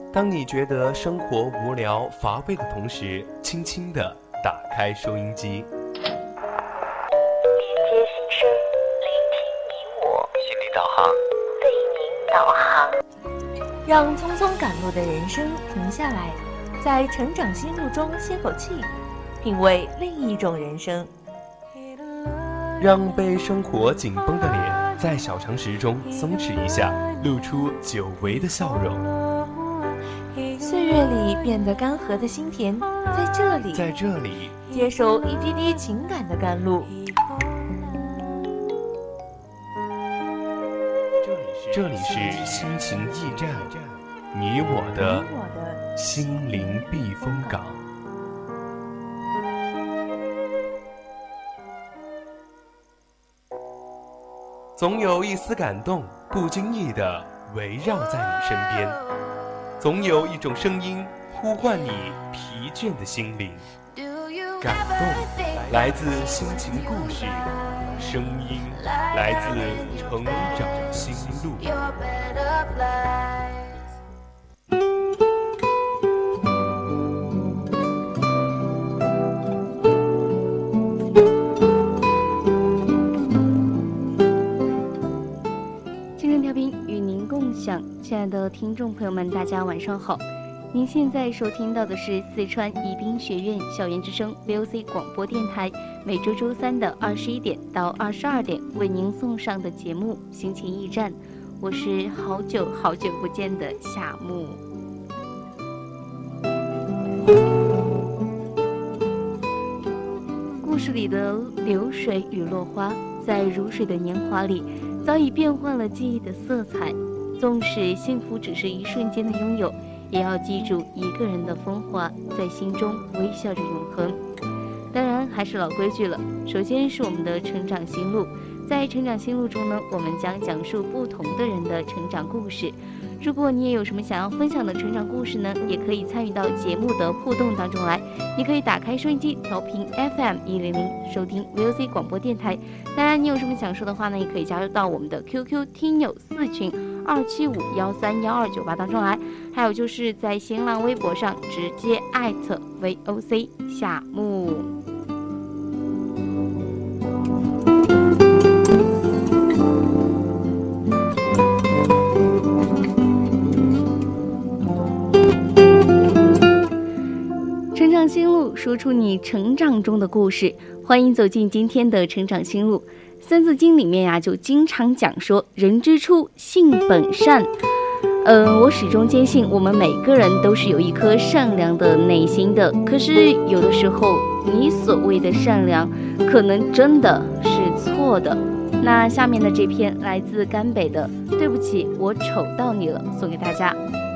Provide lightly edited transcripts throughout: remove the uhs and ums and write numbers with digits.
当你觉得生活无聊乏味的同时，轻轻地打开收音机， 连接心声，聆听你我， 心理导航， 为您导航， 让匆匆赶路的人生停下来，在成长心路中歇口气，品味另一种人生。 让被生活紧绷的脸在小常识中松弛一下，露出久违的笑容。 岁月里变得干涸的心田，在这里接受一滴滴情感的甘露。 这里是心情驿站，你我的心灵避风港。总有一丝感动，不经意地围绕在你身边；总有一种声音呼唤你疲倦的心灵。感动来自心情故事，声音来自成长心路。 亲爱的听众朋友们，大家晚上好！您现在收听到的是四川宜宾学院校园之声 VOC 广播电台，每周周三的21点到22点为您送上的节目《心情驿站》，我是好久不见的夏木。故事里的流水与落花，在如水的年华里，早已变换了记忆的色彩。纵使幸福只是一瞬间的拥有，也要记住一个人的风华，在心中微笑着永恒。当然还是老规矩了，首先是我们的成长心路。在成长心路中呢，我们将讲述不同的人的成长故事。如果你也有什么想要分享的成长故事呢，也可以参与到节目的互动当中来。你可以打开收音机调频 FM100，收听 VOC 广播电台。当然你有什么想说的话呢，也可以加入到我们的 QQ 听友4群275131298当中来。还有就是在新浪微博上直接@VOC 夏木。成长心路，说出你成长中的故事。欢迎走进今天的成长心路。三字经里面呀，就经常讲说人之初性本善。我始终坚信我们每个人都是有一颗善良的内心的，可是有的时候你所谓的善良可能真的是错的。那下面的这篇来自甘北的对不起我丑到你了，送给大家。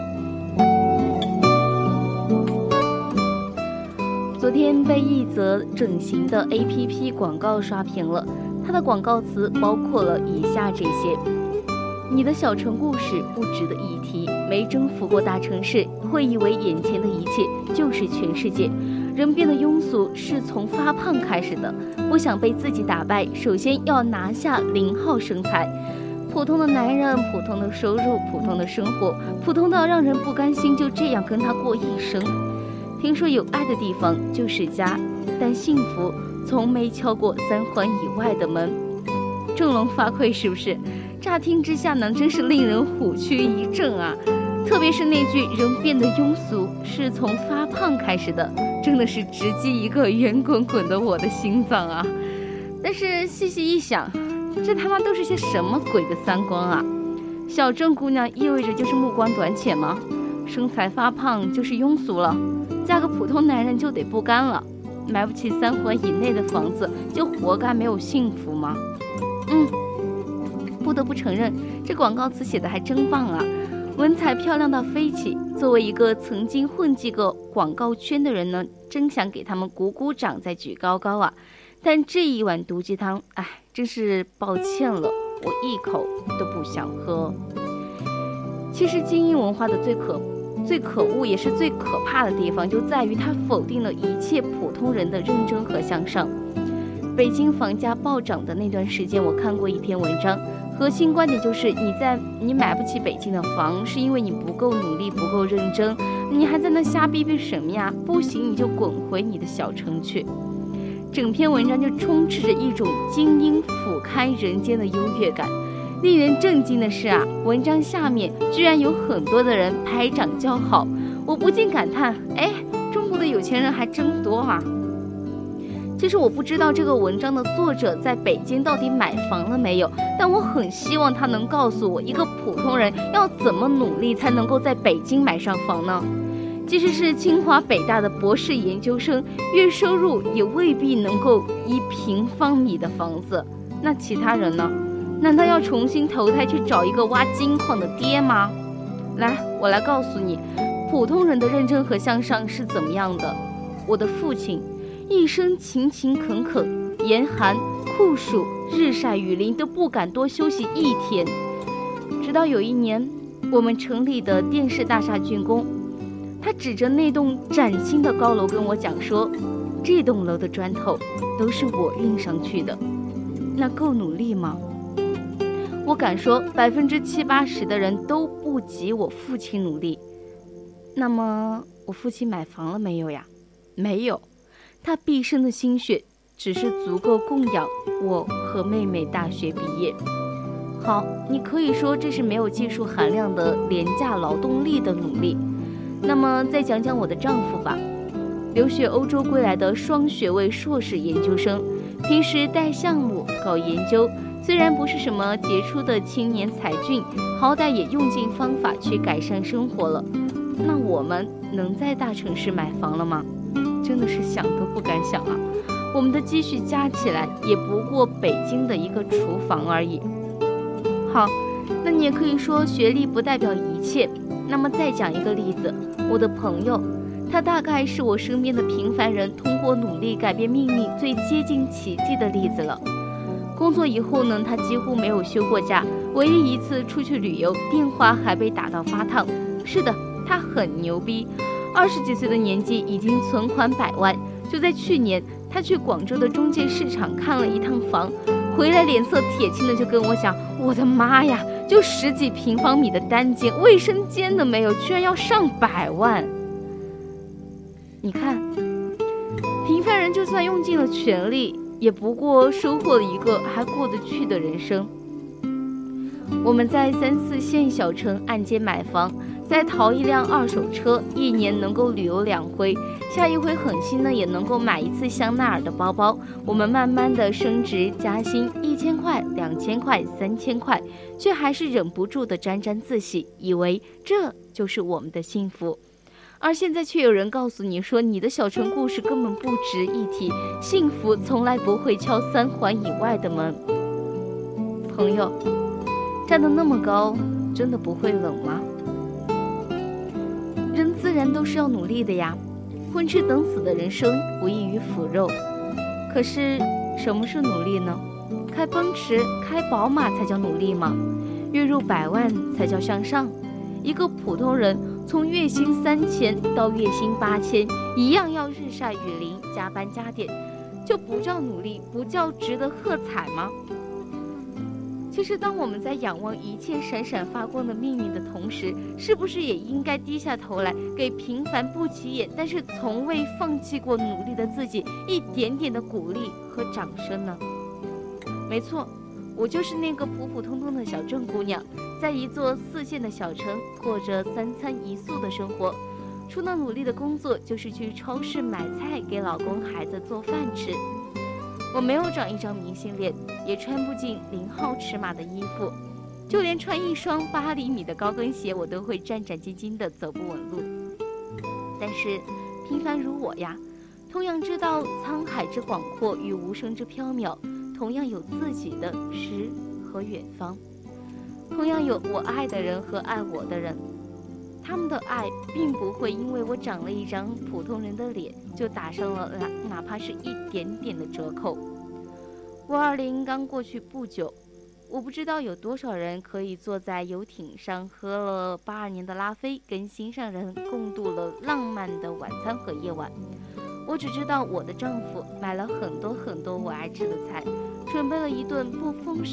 昨天被一则整形的 APP 广告刷屏了，它的广告词包括了以下这些：你的小城故事不值得一提，没征服过大城市，会以为眼前的一切就是全世界。人变得庸俗是从发胖开始的，不想被自己打败，首先要拿下0号身材。普通的男人，普通的收入，普通的生活，普通到让人不甘心就这样跟他过一生。听说有爱的地方就是家，但幸福从没敲过3环以外的门。振聋发聩是不是？乍听之下呢，真是令人虎躯一震啊！特别是那句人变得庸俗是从发胖开始的，真的是直击一个圆滚滚的我的心脏啊！但是细细一想，这他妈都是些什么鬼的三观啊？小镇姑娘意味着就是目光短浅吗？身材发胖就是庸俗了？嫁个普通男人就得不甘了？买不起3环以内的房子就活该没有幸福吗？不得不承认，这广告词写的还真棒啊，文采漂亮到飞起。作为一个曾经混迹过广告圈的人呢，真想给他们鼓鼓掌再举高高啊！但这一碗毒鸡汤，真是抱歉了，我一口都不想喝。其实精英文化的最可恶也是最可怕的地方，就在于它否定了一切普通人的认真和向上。北京房价暴涨的那段时间，我看过一篇文章， 核心观点就是你买不起北京的房，是因为你不够努力，不够认真，你还在那瞎逼逼什么呀？不行你就滚回你的小城去。整篇文章就充斥着一种精英俯瞰人间的优越感。令人震惊的是啊，文章下面居然有很多的人拍掌叫好，我不禁感叹，中国的有钱人还真多啊。其实我不知道这个文章的作者在北京到底买房了没有，但我很希望他能告诉我，一个普通人要怎么努力才能够在北京买上房呢？即使是清华北大的博士研究生，月收入也未必能够1平方米的房子。那其他人呢？难道要重新投胎去找一个挖金矿的爹吗？来，我来告诉你，普通人的认真和向上是怎么样的。我的父亲一生勤勤恳恳，严寒酷暑日晒雨淋都不敢多休息一天。直到有一年，我们城里的电视大厦竣工，他指着那栋崭新的高楼跟我讲说，这栋楼的砖头都是我运上去的。那够努力吗？我敢说70%-80%的人都不及我父亲努力。那么我父亲买房了没有呀？没有，他毕生的心血只是足够供养我和妹妹大学毕业。好，你可以说这是没有技术含量的廉价劳动力的努力。那么再讲讲我的丈夫吧，留学欧洲归来的双学位硕士研究生，平时带项目搞研究，虽然不是什么杰出的青年才俊，好歹也用尽方法去改善生活了。那我们能在大城市买房了吗？真的是想都不敢想啊！我们的积蓄加起来也不过北京的一个厨房而已。好，那你也可以说学历不代表一切。那么再讲一个例子，我的朋友，他大概是我身边的平凡人通过努力改变命运最接近奇迹的例子了。工作以后呢，他几乎没有休过假，唯一一次出去旅游，电话还被打到发烫。是的，他很牛逼，20几岁的年纪已经存款100万。就在去年，他去广州的中介市场看了一趟房，回来脸色铁青的就跟我讲，我的妈呀，就10几平方米的单间，卫生间都没有，居然要上100万。你看，平凡人就算用尽了全力，也不过收获了一个还过得去的人生。我们在3、4线小城按揭买房，再淘一辆2手车，1年能够旅游2回，下一回狠心呢也能够买一次香奈儿的包包。我们慢慢的升职加薪，1000块、2000块、3000块，却还是忍不住的沾沾自喜，以为这就是我们的幸福。而现在却有人告诉你说，你的小城故事根本不值一提，幸福从来不会敲3环以外的门。朋友，站得那么高，真的不会冷吗？人自然都是要努力的呀，混吃等死的人生无异于腐肉。可是什么是努力呢？开奔驰、开宝马才叫努力吗？月入100万才叫向上？一个普通人从月薪3000到月薪8000，一样要日晒雨淋、加班加点，就不叫努力，不叫值得喝彩吗？其实当我们在仰望一切闪闪发光的命运的同时，是不是也应该低下头来，给平凡不起眼但是从未放弃过努力的自己一点点的鼓励和掌声呢？没错，我就是那个普普通通的小镇姑娘，在一座4线的小城过着3餐1宿的生活。除了努力的工作，就是去超市买菜，给老公孩子做饭吃。我没有长一张明星脸，也穿不进0号尺码的衣服，就连穿一双8厘米的高跟鞋，我都会战战兢兢地走不稳路。但是平凡如我呀，同样知道沧海之广阔与无声之缥缈，同样有自己的诗和远方，同样有我爱的人和爱我的人。他们的爱并不会因为我长了一张普通人的脸就打上了哪怕是一点点的折扣。520刚过去不久，我不知道有多少人可以坐在游艇上喝了82年的拉菲，跟心上人共度了浪漫的晚餐和夜晚。我只知道我的丈夫买了很多很多我爱吃的菜，准备了一顿不丰盛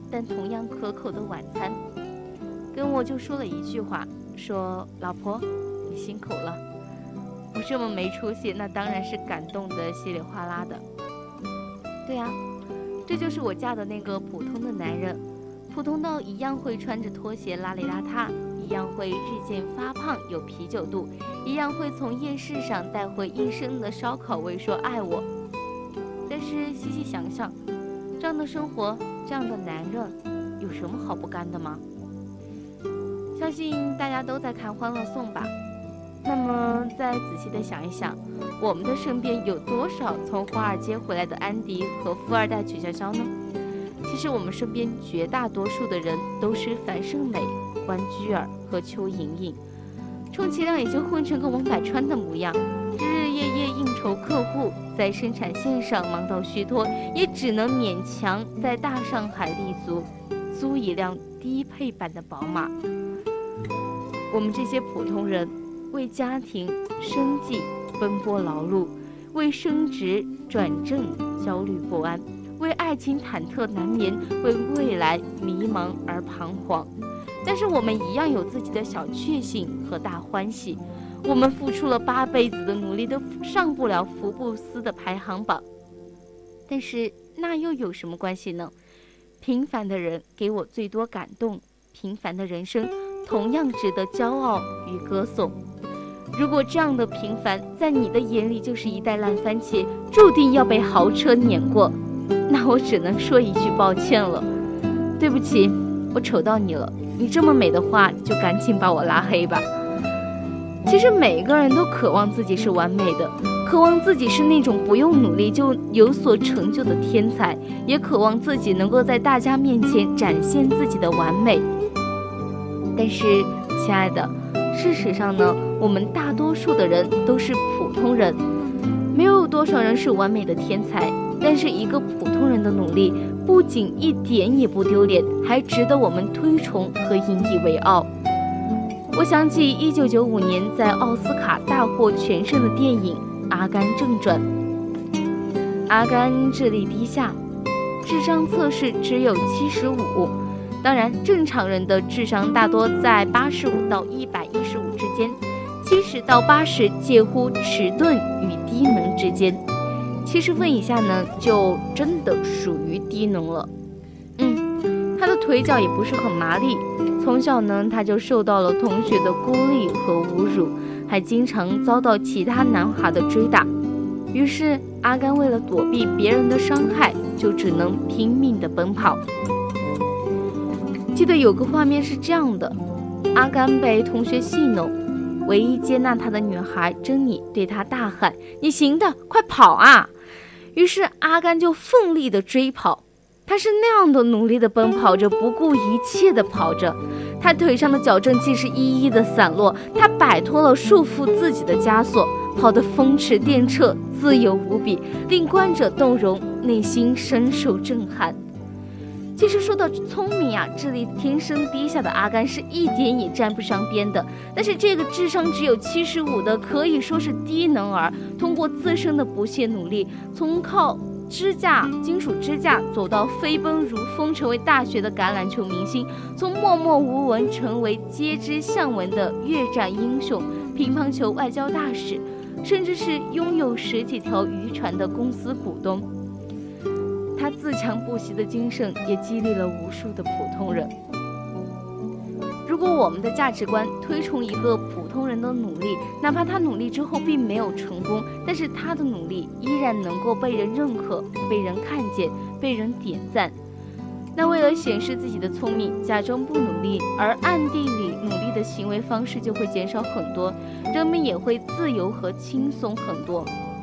但同样可口的晚餐，跟我就说了一句话，说老婆你辛苦了。我这么没出息，那当然是感动的稀里哗啦的。对啊，这就是我嫁的那个普通的男人，普通到一样会穿着拖鞋邋里邋遢，一样会日渐发胖有啤酒肚，一样会从夜市上带回一身的烧烤味说爱我。但是细细想想，这样的生活，这样的男人，有什么好不干的吗？相信大家都在看《欢乐颂》吧。那么再仔细的想一想，我们的身边有多少从华尔街回来的安迪和富二代曲筱绡呢？其实我们身边绝大多数的人都是樊胜美、关雎尔和邱莹莹，充其量也就混成个王百川的模样，日日夜夜应酬客户，在生产线上忙到虚脱，也只能勉强在大上海立足，租一辆低配版的宝马。我们这些普通人为家庭生计奔波劳碌，为升职转正焦虑不安，为爱情忐忑难眠，为未来迷茫而彷徨。但是我们一样有自己的小确幸和大欢喜，我们付出了8辈子的努力都上不了福布斯的排行榜，但是那又有什么关系呢？平凡的人给我最多感动，平凡的人生同样值得骄傲与歌颂。如果这样的平凡在你的眼里就是一袋烂番茄，注定要被豪车碾过，那我只能说一句抱歉了，对不起，我丑到你了，你这么美的话就赶紧把我拉黑吧。其实每一个人都渴望自己是完美的，渴望自己是那种不用努力就有所成就的天才，也渴望自己能够在大家面前展现自己的完美。但是亲爱的，事实上呢，我们大多数的人都是普通人，没有多少人是完美的天才，但是一个普通人的努力不仅一点也不丢脸，还值得我们推崇和引以为傲。我想起1995年在奥斯卡大获全胜的电影《阿甘正传》。阿甘智力低下，智商测试只有75，当然正常人的智商大多在85到115之间，70到80介乎迟钝与低能之间，70分以下呢就真的属于低能了。他的腿脚也不是很麻利，从小呢他就受到了同学的孤立和侮辱，还经常遭到其他男孩的追打。于是阿甘为了躲避别人的伤害，就只能拼命地奔跑。记得有个画面是这样的，阿甘被同学戏弄，唯一接纳他的女孩珍妮对他大喊：“你行的，快跑啊！”于是阿甘就奋力地追跑，他是那样的努力地奔跑着，不顾一切地跑着。他腿上的矫正器是一一的散落，他摆脱了束缚自己的枷锁，跑得风驰电掣，自由无比，令观者动容，内心深受震撼。其实说到聪明啊，智力天生低下的阿甘是一点也沾不上边的，但是这个智商只有75的可以说是低能儿，通过自身的不懈努力，从靠金属支架走到飞奔如风成为大学的橄榄球明星，从默默无闻成为皆知巷闻的越战英雄、乒乓球外交大使，甚至是拥有10几条渔船的公司股东。他自强不息的精神也激励了无数的普通人。如果我们的价值观推崇一个普通人的努力，哪怕他努力之后并没有成功，但是他的努力依然能够被人认可、被人看见、被人点赞，那为了显示自己的聪明，假装不努力而暗地里努力的行为方式就会减少很多，人们也会自由和轻松很多。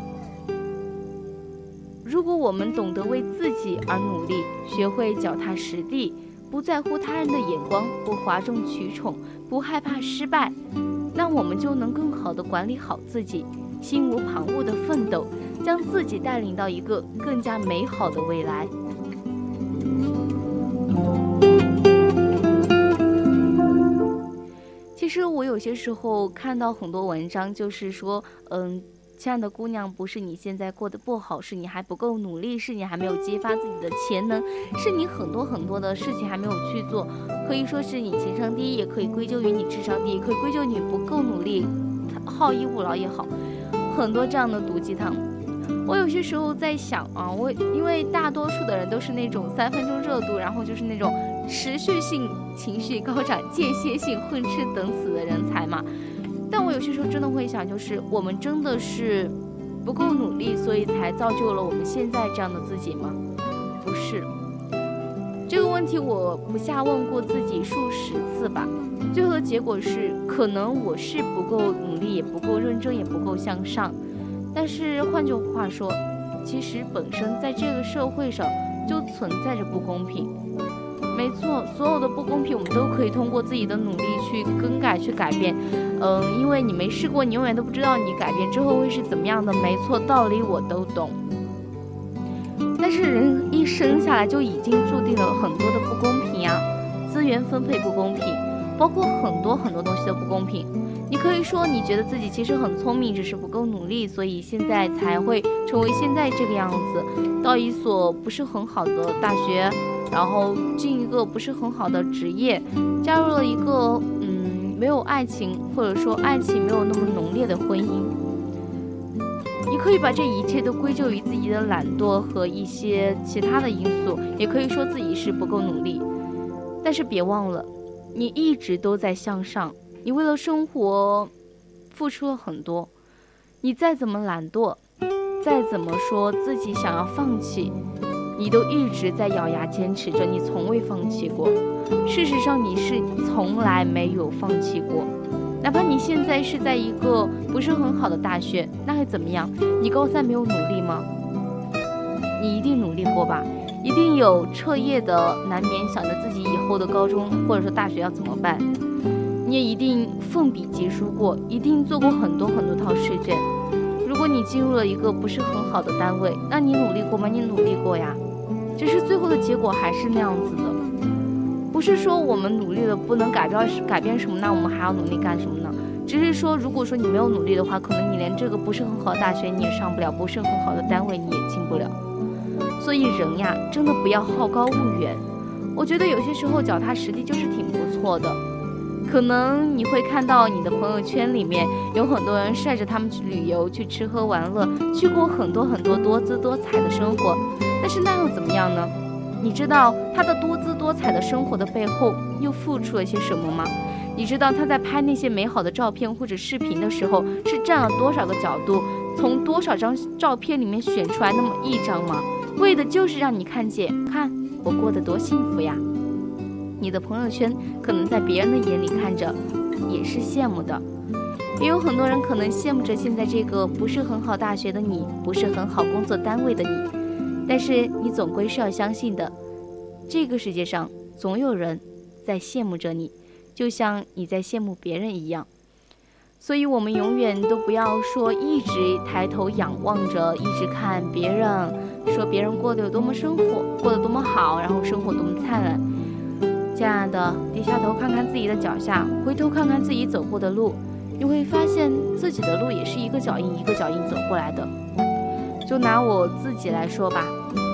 如果我们懂得为自己而努力，学会脚踏实地，不在乎他人的眼光，不哗众取宠，不害怕失败，那我们就能更好地管理好自己，心无旁骛地奋斗，将自己带领到一个更加美好的未来。其实我有些时候看到很多文章，就是说亲爱的姑娘，不是你现在过得不好，是你还不够努力，是你还没有激发自己的潜能，是你很多的事情还没有去做，可以说是你情商低，也可以归咎于你智商低，也可以归咎你不够努力，好逸恶劳也好，很多这样的毒鸡汤。我有些时候在想啊，因为大多数的人都是那种3分钟热度，然后就是那种持续性情绪高涨、间歇性混吃等死的人才嘛。但我有些时候真的会想，就是我们真的是不够努力，所以才造就了我们现在这样的自己吗？不是。这个问题我不下问过自己数十次吧，最后的结果是，可能我是不够努力，也不够认真，也不够向上。但是换句话说，其实本身在这个社会上就存在着不公平。没错，所有的不公平我们都可以通过自己的努力去更改、去改变。因为你没试过，你永远都不知道你改变之后会是怎么样的。没错，道理我都懂。但是人一生下来就已经注定了很多的不公平啊，资源分配不公平，包括很多东西的不公平。你可以说你觉得自己其实很聪明，只是不够努力，所以现在才会成为现在这个样子，到一所不是很好的大学，然后进一个不是很好的职业，加入了一个没有爱情，或者说爱情没有那么浓烈的婚姻。你可以把这一切都归咎于自己的懒惰和一些其他的因素，也可以说自己是不够努力。但是别忘了，你一直都在向上，你为了生活付出了很多。你再怎么懒惰，再怎么说自己想要放弃，你都一直在咬牙坚持着，你从未放弃过。事实上你是从来没有放弃过，哪怕你现在是在一个不是很好的大学，那会怎么样？你高3没有努力吗？你一定努力过吧，一定有彻夜的难眠，想着自己以后的高中或者说大学要怎么办。你也一定奋笔疾书过，一定做过很多套试卷。如果你进入了一个不是很好的单位，那你努力过吗？你努力过呀，只是最后的结果还是那样子的。不是说我们努力了不能改变什么，那我们还要努力干什么呢？只是说如果说你没有努力的话，可能你连这个不是很好的大学你也上不了，不是很好的单位你也进不了。所以人呀，真的不要好高骛远。我觉得有些时候脚踏实地就是挺不错的。可能你会看到你的朋友圈里面有很多人晒着他们去旅游，去吃喝玩乐，去过很多多姿多彩的生活，但是那又怎么样呢？你知道他的多姿多彩的生活的背后又付出了些什么吗？你知道他在拍那些美好的照片或者视频的时候是占了多少个角度，从多少张照片里面选出来那么一张吗？为的就是让你看见，看我过得多幸福呀。你的朋友圈可能在别人的眼里看着也是羡慕的，也有很多人可能羡慕着现在这个不是很好大学的你，不是很好工作单位的你，但是你总归是要相信的，这个世界上总有人在羡慕着你，就像你在羡慕别人一样。所以我们永远都不要说一直抬头仰望着，一直看别人，说别人过得有多么生活过得多么好，然后生活多么灿烂。亲爱的，低下头看看自己的脚下，回头看看自己走过的路，你会发现自己的路也是一个脚印一个脚印走过来的。就拿我自己来说吧，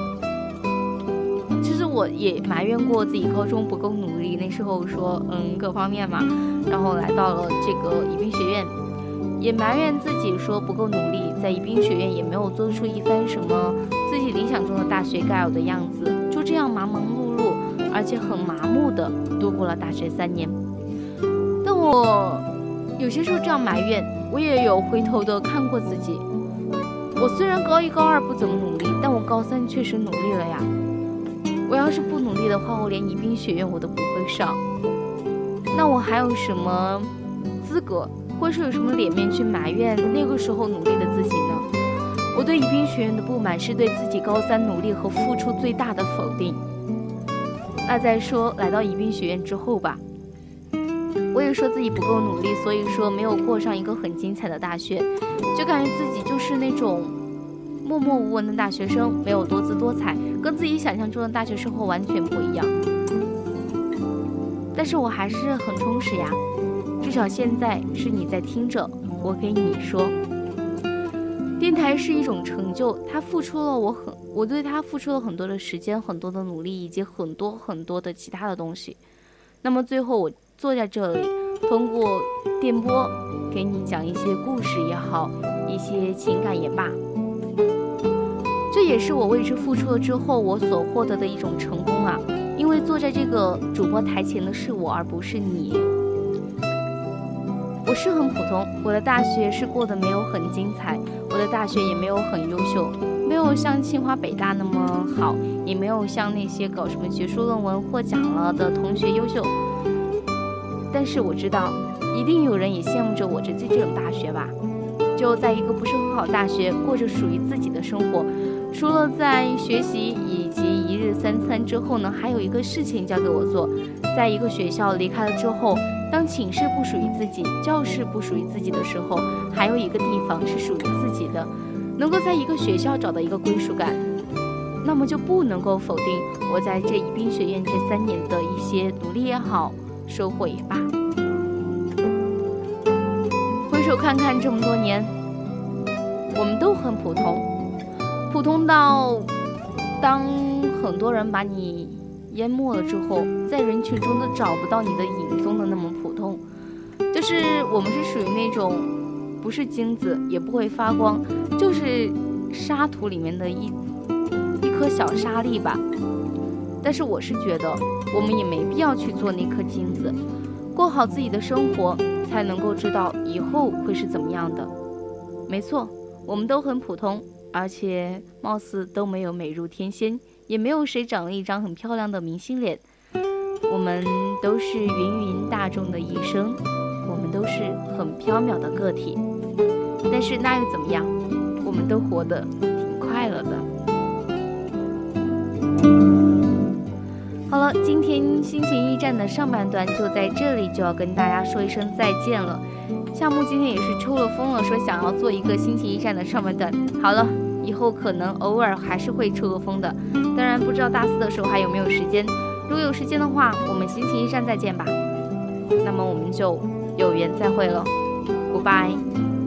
其实我也埋怨过自己高中不够努力，那时候说各方面嘛，然后来到了这个宜宾学院，也埋怨自己说不够努力，在宜宾学院也没有做出一番什么自己理想中的大学该有的样子，就这样忙忙碌碌，而且很麻木的度过了大学3年。但我有些时候这样埋怨，我也有回头的看过自己。我虽然高1高2不怎么努力，但我高3确实努力了呀。我要是不努力的话，我连宜宾学院我都不会上，那我还有什么资格，或是有什么脸面去埋怨那个时候努力的自己呢？我对宜宾学院的不满是对自己高3努力和付出最大的否定。那再说来到宜宾学院之后吧，我也说自己不够努力，所以说没有过上一个很精彩的大学，就感觉自己就是那种默默无闻的大学生，没有多姿多彩，跟自己想象中的大学生活完全不一样。但是我还是很充实呀，至少现在是你在听着我给你说。 电台是一种成就，我对它付出了很多的时间，很多的努力，以及很多的其他的东西。那么最后我坐在这里，通过电波给你讲一些故事也好，一些情感也罢，这也是我为之付出了之后我所获得的一种成功啊！因为坐在这个主播台前的是我，而不是你。我是很普通，我的大学是过得没有很精彩，我的大学也没有很优秀，没有像清华北大那么好，也没有像那些搞什么学术论文获奖了的同学优秀。但是我知道，一定有人也羡慕着我这种大学吧。就在一个不是很好大学，过着属于自己的生活，除了在学习以及一日三餐之后呢，还有一个事情交给我做。在一个学校离开了之后，当寝室不属于自己，教室不属于自己的时候，还有一个地方是属于自己的，能够在一个学校找到一个归属感，那么就不能够否定我在这宜宾学院这3年的一些努力也好，收获也罢。回首看看这么多年，我们都很普通，普通到当很多人把你淹没了之后，在人群中都找不到你的影踪的那么普通。就是我们是属于那种不是金子也不会发光，就是沙土里面的一颗小沙粒吧。但是我是觉得我们也没必要去做那颗金子，过好自己的生活，才能够知道以后会是怎么样的。没错，我们都很普通，而且貌似都没有美如天仙，也没有谁长了一张很漂亮的明星脸。我们都是芸芸大众的一生，我们都是很缥缈的个体，但是那又怎么样，我们都活得挺快乐的。好了，今天心情驿站的上半段就在这里，就要跟大家说一声再见了。夏木今天也是抽了风了，说想要做一个心情驿站的上半段。好了，以后可能偶尔还是会抽个风的，当然不知道大4的时候还有没有时间。如果有时间的话，我们心情驿站再见吧。那么我们就有缘再会了 ，Goodbye。